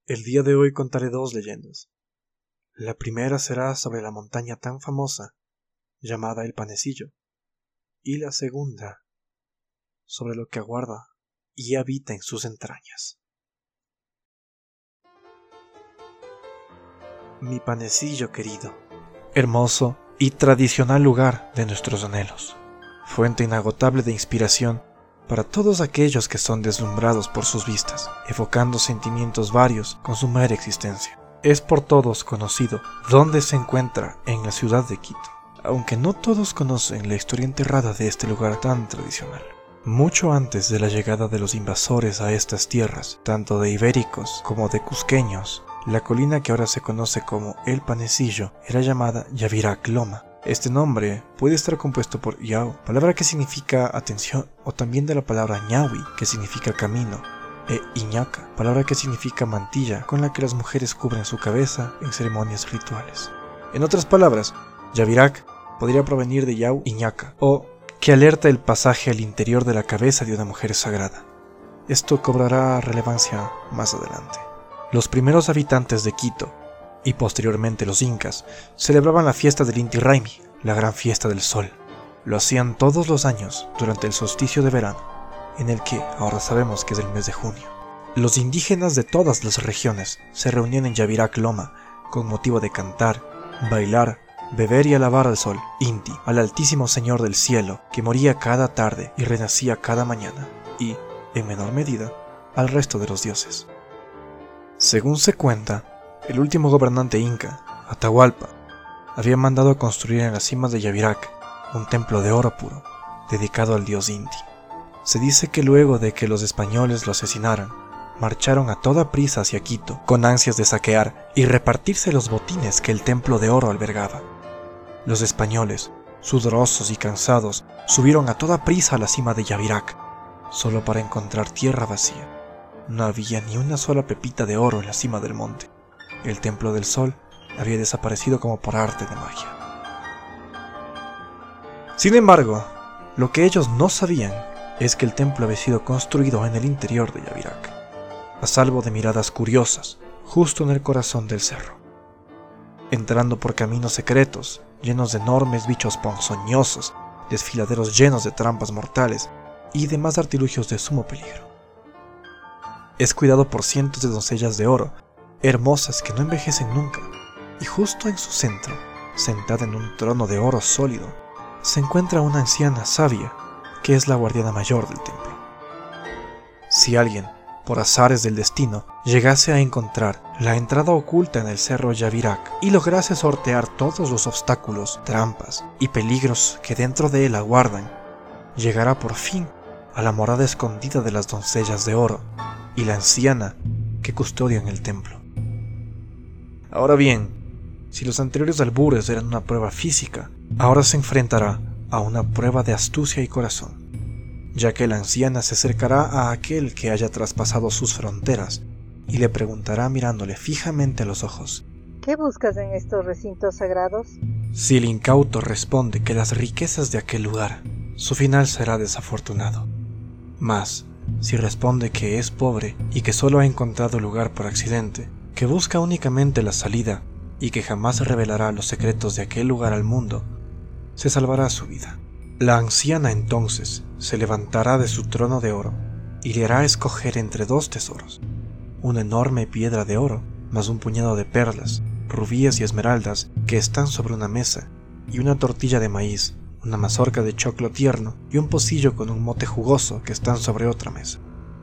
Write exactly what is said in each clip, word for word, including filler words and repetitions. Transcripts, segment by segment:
El día de hoy contaré dos leyendas. La primera será sobre la montaña tan famosa, llamada el Panecillo, y la segunda, sobre lo que aguarda y habita en sus entrañas. Mi Panecillo querido, hermoso y tradicional lugar de nuestros anhelos, fuente inagotable de inspiración para todos aquellos que son deslumbrados por sus vistas, evocando sentimientos varios con su mera existencia. Es por todos conocido dónde se encuentra en la ciudad de Quito, aunque no todos conocen la historia enterrada de este lugar tan tradicional. Mucho antes de la llegada de los invasores a estas tierras, tanto de ibéricos como de cusqueños, la colina que ahora se conoce como El Panecillo era llamada Yavirac Loma. Este nombre puede estar compuesto por Yau, palabra que significa atención, o también de la palabra Ñahui, que significa camino, e Iñaca, palabra que significa mantilla con la que las mujeres cubren su cabeza en ceremonias rituales. En otras palabras, Yavirac podría provenir de Yau Iñaca, o que alerta el pasaje al interior de la cabeza de una mujer sagrada. Esto cobrará relevancia más adelante. Los primeros habitantes de Quito, y posteriormente los incas, celebraban la fiesta del Inti Raymi, la gran fiesta del sol. Lo hacían todos los años durante el solsticio de verano, en el que ahora sabemos que es el mes de junio. Los indígenas de todas las regiones se reunían en Yavirac Loma con motivo de cantar, bailar, beber y alabar al sol, Inti, al altísimo señor del cielo, que moría cada tarde y renacía cada mañana, y, en menor medida, al resto de los dioses. Según se cuenta, el último gobernante inca, Atahualpa, había mandado a construir en la cima de Yavirac un templo de oro puro, dedicado al dios Inti. Se dice que luego de que los españoles lo asesinaran, marcharon a toda prisa hacia Quito, con ansias de saquear y repartirse los botines que el templo de oro albergaba. Los españoles, sudorosos y cansados, subieron a toda prisa a la cima de Yavirac, solo para encontrar tierra vacía. No había ni una sola pepita de oro en la cima del monte. El templo del sol había desaparecido como por arte de magia. Sin embargo, lo que ellos no sabían es que el templo había sido construido en el interior de Yavirac, a salvo de miradas curiosas, justo en el corazón del cerro. Entrando por caminos secretos, llenos de enormes bichos ponzoñosos, desfiladeros llenos de trampas mortales y demás artilugios de sumo peligro. Es cuidado por cientos de doncellas de oro, hermosas que no envejecen nunca, y justo en su centro, sentada en un trono de oro sólido, se encuentra una anciana sabia, que es la guardiana mayor del templo. Si alguien, por azares del destino, llegase a encontrar la entrada oculta en el cerro Yavirac y lograse sortear todos los obstáculos, trampas y peligros que dentro de él aguardan, llegará por fin a la morada escondida de las doncellas de oro y la anciana que custodian el templo. Ahora bien, si los anteriores albures eran una prueba física, ahora se enfrentará a una prueba de astucia y corazón, ya que la anciana se acercará a aquel que haya traspasado sus fronteras y le preguntará mirándole fijamente a los ojos: ¿qué buscas en estos recintos sagrados? Si el incauto responde que las riquezas de aquel lugar, su final será desafortunado. Mas, si responde que es pobre y que solo ha encontrado el lugar por accidente, que busca únicamente la salida y que jamás revelará los secretos de aquel lugar al mundo, se salvará su vida. La anciana entonces se levantará de su trono de oro y le hará escoger entre dos tesoros: una enorme piedra de oro, más un puñado de perlas, rubíes y esmeraldas que están sobre una mesa, y una tortilla de maíz, una mazorca de choclo tierno y un pocillo con un mote jugoso que están sobre otra mesa.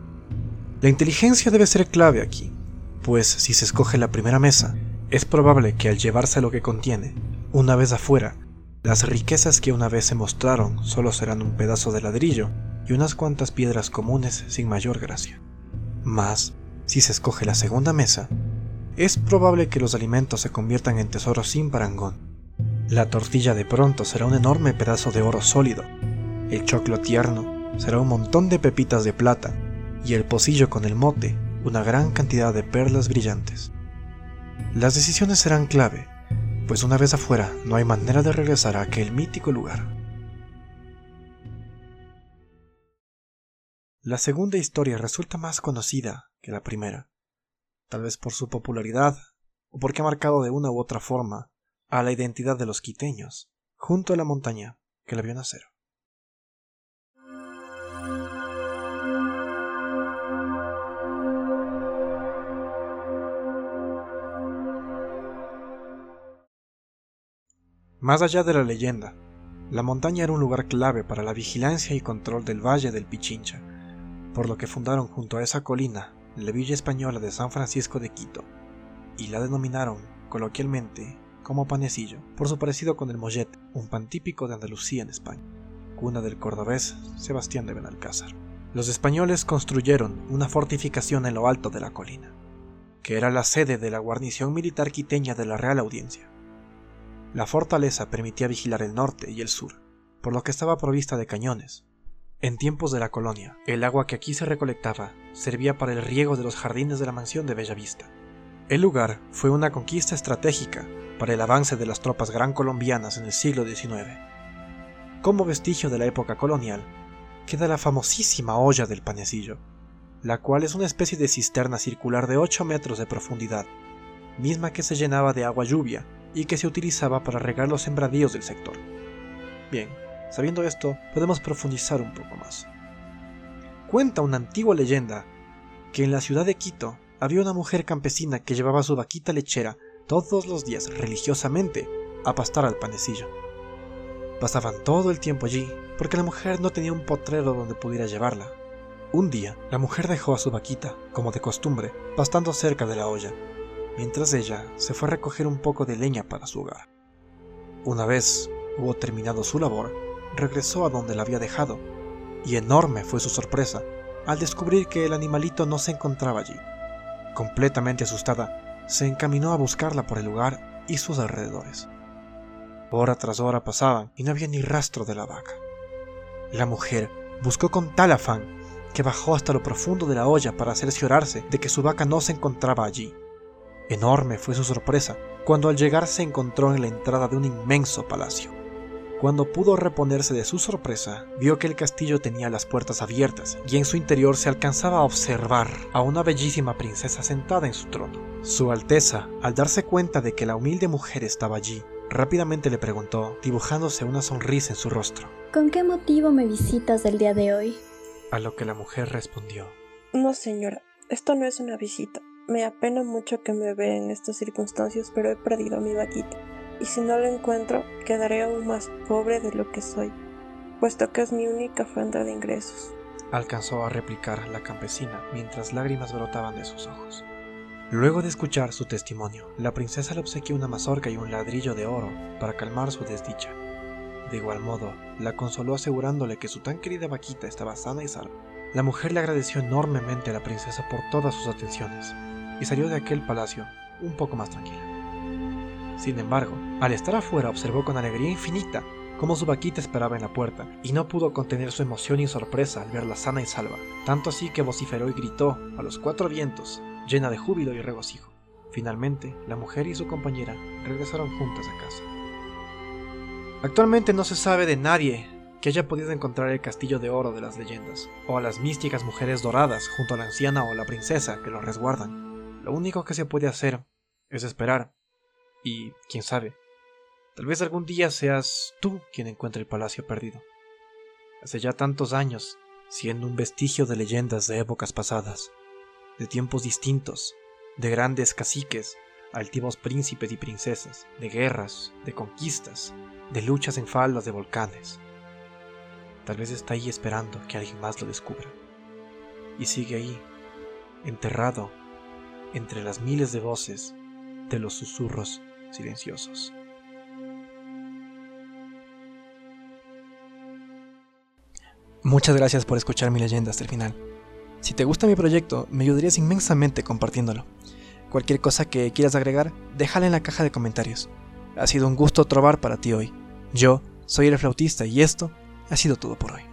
La inteligencia debe ser clave aquí, pues si se escoge la primera mesa, es probable que al llevarse lo que contiene, una vez afuera, las riquezas que una vez se mostraron solo serán un pedazo de ladrillo y unas cuantas piedras comunes sin mayor gracia. Mas, si se escoge la segunda mesa, es probable que los alimentos se conviertan en tesoros sin parangón. La tortilla de pronto será un enorme pedazo de oro sólido, el choclo tierno será un montón de pepitas de plata, y el pocillo con el mote una gran cantidad de perlas brillantes. Las decisiones serán clave, pues una vez afuera no hay manera de regresar a aquel mítico lugar. La segunda historia resulta más conocida que la primera, tal vez por su popularidad o porque ha marcado de una u otra forma a la identidad de los quiteños, junto a la montaña que la vio nacer. Más allá de la leyenda, la montaña era un lugar clave para la vigilancia y control del Valle del Pichincha, por lo que fundaron junto a esa colina la Villa Española de San Francisco de Quito, y la denominaron coloquialmente como panecillo, por su parecido con el mollete, un pan típico de Andalucía en España, cuna del cordobés Sebastián de Benalcázar. Los españoles construyeron una fortificación en lo alto de la colina, que era la sede de la guarnición militar quiteña de la Real Audiencia. La fortaleza permitía vigilar el norte y el sur, por lo que estaba provista de cañones. En tiempos de la colonia, el agua que aquí se recolectaba servía para el riego de los jardines de la mansión de Bellavista. El lugar fue una conquista estratégica para el avance de las tropas gran colombianas en el siglo diecinueve. Como vestigio de la época colonial, queda la famosísima olla del panecillo, la cual es una especie de cisterna circular de ocho metros de profundidad, misma que se llenaba de agua lluvia y que se utilizaba para regar los sembradíos del sector. Bien, sabiendo esto, podemos profundizar un poco más. Cuenta una antigua leyenda que en la ciudad de Quito había una mujer campesina que llevaba su vaquita lechera todos los días religiosamente a pastar al panecillo. Pasaban todo el tiempo allí porque la mujer no tenía un potrero donde pudiera llevarla. Un día, la mujer dejó a su vaquita, como de costumbre, pastando cerca de la olla, mientras ella se fue a recoger un poco de leña para su hogar. Una vez hubo terminado su labor, regresó a donde la había dejado, y enorme fue su sorpresa al descubrir que el animalito no se encontraba allí. Completamente asustada, se encaminó a buscarla por el lugar y sus alrededores. Hora tras hora pasaban y no había ni rastro de la vaca. La mujer buscó con tal afán que bajó hasta lo profundo de la olla para cerciorarse de que su vaca no se encontraba allí. Enorme fue su sorpresa cuando al llegar se encontró en la entrada de un inmenso palacio. Cuando pudo reponerse de su sorpresa, vio que el castillo tenía las puertas abiertas y en su interior se alcanzaba a observar a una bellísima princesa sentada en su trono. Su Alteza, al darse cuenta de que la humilde mujer estaba allí, rápidamente le preguntó, dibujándose una sonrisa en su rostro: ¿Con qué motivo me visitas el día de hoy? A lo que la mujer respondió: No, señora, esto no es una visita. Me apena mucho que me vea en estas circunstancias, pero he perdido a mi vaquita, y si no la encuentro, quedaré aún más pobre de lo que soy, puesto que es mi única fuente de ingresos. Alcanzó a replicar la campesina mientras lágrimas brotaban de sus ojos. Luego de escuchar su testimonio, la princesa le obsequió una mazorca y un ladrillo de oro para calmar su desdicha. De igual modo, la consoló asegurándole que su tan querida vaquita estaba sana y salva. La mujer le agradeció enormemente a la princesa por todas sus atenciones y salió de aquel palacio un poco más tranquila. Sin embargo, al estar afuera observó con alegría infinita cómo su vaquita esperaba en la puerta y no pudo contener su emoción y sorpresa al verla sana y salva, tanto así que vociferó y gritó a los cuatro vientos, llena de júbilo y regocijo. Finalmente, la mujer y su compañera regresaron juntas a casa. Actualmente no se sabe de nadie que haya podido encontrar el castillo de oro de las leyendas, o a las místicas mujeres doradas junto a la anciana o la princesa que lo resguardan. Lo único que se puede hacer es esperar, y quién sabe, tal vez algún día seas tú quien encuentre el palacio perdido. Hace ya tantos años, siendo un vestigio de leyendas de épocas pasadas, de tiempos distintos, de grandes caciques, altivos príncipes y princesas, de guerras, de conquistas, de luchas en faldas de volcanes. Tal vez está ahí esperando que alguien más lo descubra. Y sigue ahí, enterrado entre las miles de voces de los susurros silenciosos. Muchas gracias por escuchar mi leyenda hasta el final. Si te gusta mi proyecto, me ayudarías inmensamente compartiéndolo. Cualquier cosa que quieras agregar, déjala en la caja de comentarios. Ha sido un gusto trobar para ti hoy. Yo soy el flautista y esto ha sido todo por hoy.